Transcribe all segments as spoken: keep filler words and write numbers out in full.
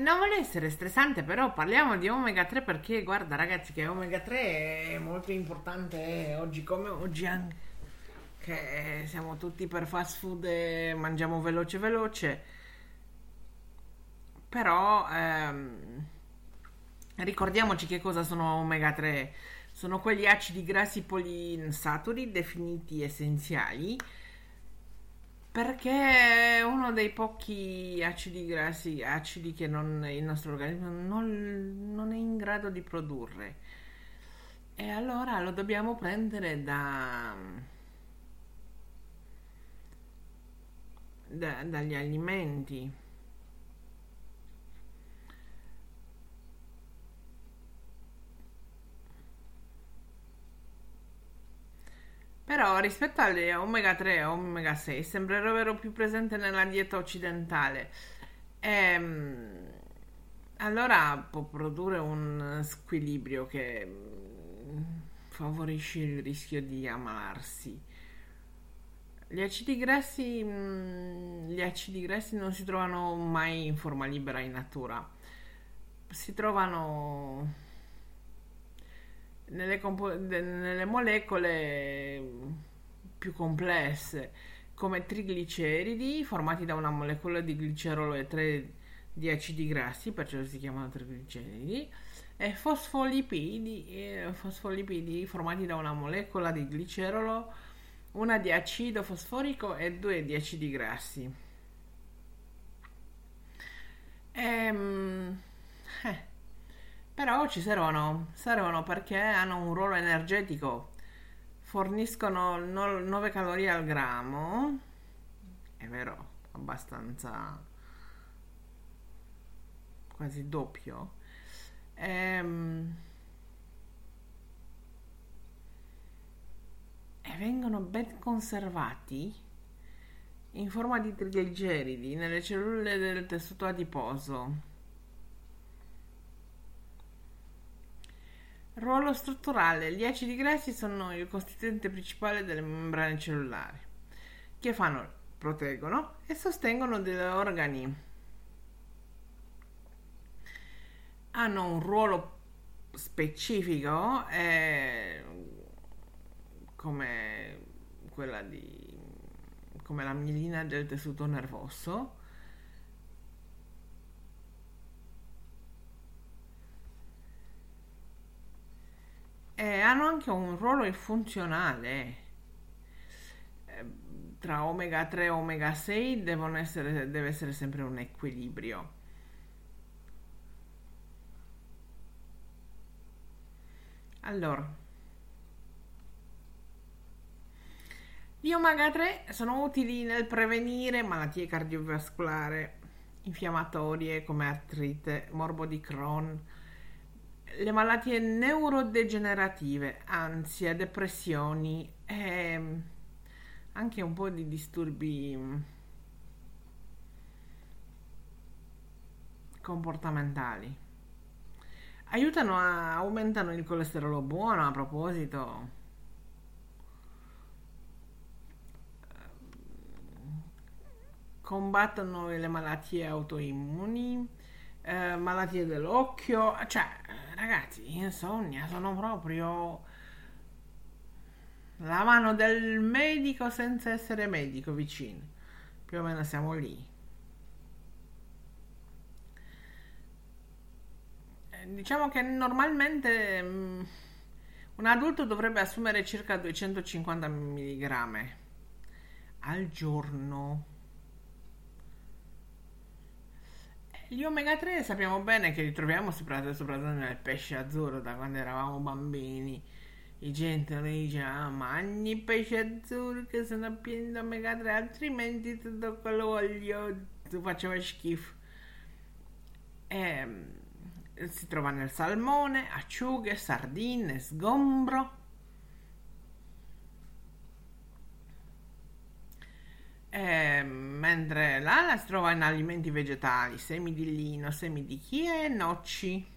non vuole essere stressante, però parliamo di omega tre perché guarda ragazzi che omega tre è molto importante oggi come oggi anche che siamo tutti per fast food e mangiamo veloce veloce, però ehm, ricordiamoci che cosa sono omega tre. Sono quegli acidi grassi poliinsaturi definiti essenziali perché è uno dei pochi acidi grassi, acidi che non, il nostro organismo non, non è in grado di produrre. E allora lo dobbiamo prendere da, da- dagli alimenti. Però rispetto alle omega tre e omega sei sembrerebbero più presenti nella dieta occidentale. Ehm, allora può produrre un squilibrio che mm, favorisce il rischio di ammalarsi. Gli acidi grassi, mm, gli acidi grassi non si trovano mai in forma libera in natura. Si trovano nelle, compo- de- nelle molecole più complesse, come trigliceridi, formati da una molecola di glicerolo e tre di acidi grassi, perciò si chiamano trigliceridi, e fosfolipidi, e fosfolipidi formati da una molecola di glicerolo, una di acido fosforico e due di acidi grassi. Ehm, eh, Però ci servono, servono perché hanno un ruolo energetico, forniscono nove calorie al grammo, è vero, abbastanza quasi doppio, ehm, e vengono ben conservati in forma di trigliceridi nelle cellule del tessuto adiposo. Ruolo strutturale. Gli acidi grassi sono il costituente principale delle membrane cellulari, che fanno, proteggono e sostengono degli organi. Hanno un ruolo specifico eh, come quella di come la mielina del tessuto nervoso. E hanno anche un ruolo funzionale. Eh, Tra omega tre e omega sei devono essere, deve essere sempre un equilibrio. Allora, gli omega tre sono utili nel prevenire malattie cardiovascolari infiammatorie come artrite, morbo di Crohn, le malattie neurodegenerative, ansia, depressioni e anche un po' di disturbi comportamentali. Aiutano a aumentano il colesterolo buono, a proposito, combattono le malattie autoimmuni, eh, malattie dell'occhio, cioè ragazzi, insonnia, sono proprio la mano del medico senza essere medico vicino. Più o meno siamo lì. Eh, Diciamo che normalmente mm, un adulto dovrebbe assumere circa duecentocinquanta milligrammi al giorno. Gli omega tre sappiamo bene che li troviamo soprattutto, soprattutto nel pesce azzurro da quando eravamo bambini. I genitori dice ah, mangi pesce azzurro che sono pieni di omega tre, altrimenti tutto quell'olio tu faceva schifo. E, si trova nel salmone, acciughe, sardine, sgombro. E, mentre l'ala si trova in alimenti vegetali, semi di lino, semi di chia e noci.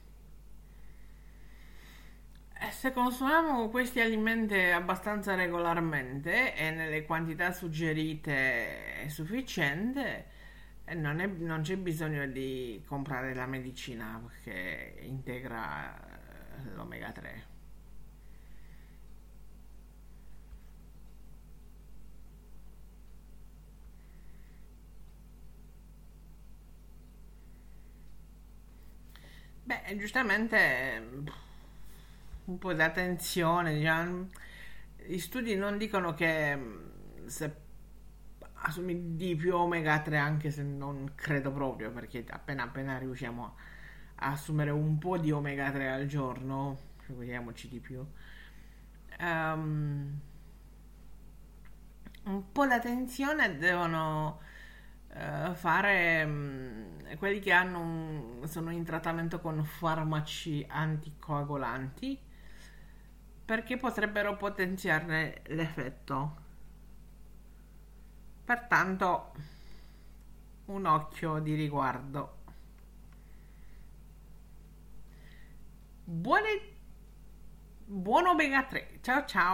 E se consumiamo questi alimenti abbastanza regolarmente e nelle quantità suggerite è sufficiente, E non, è- non c'è bisogno di comprare la medicina che integra eh, l'omega tre. Beh, giustamente un po' di attenzione, diciamo. Gli studi non dicono che mh, se assumi di più omega tre, anche se non credo proprio, perché appena appena riusciamo a assumere un po' di omega tre al giorno, figuriamoci di più. Ehm, un po' l'attenzione devono eh, fare mh, quelli che hanno un- sono in trattamento con farmaci anticoagulanti, perché potrebbero potenziarne l'effetto. Pertanto, un occhio di riguardo. Buone, buon omega tre. Ciao ciao.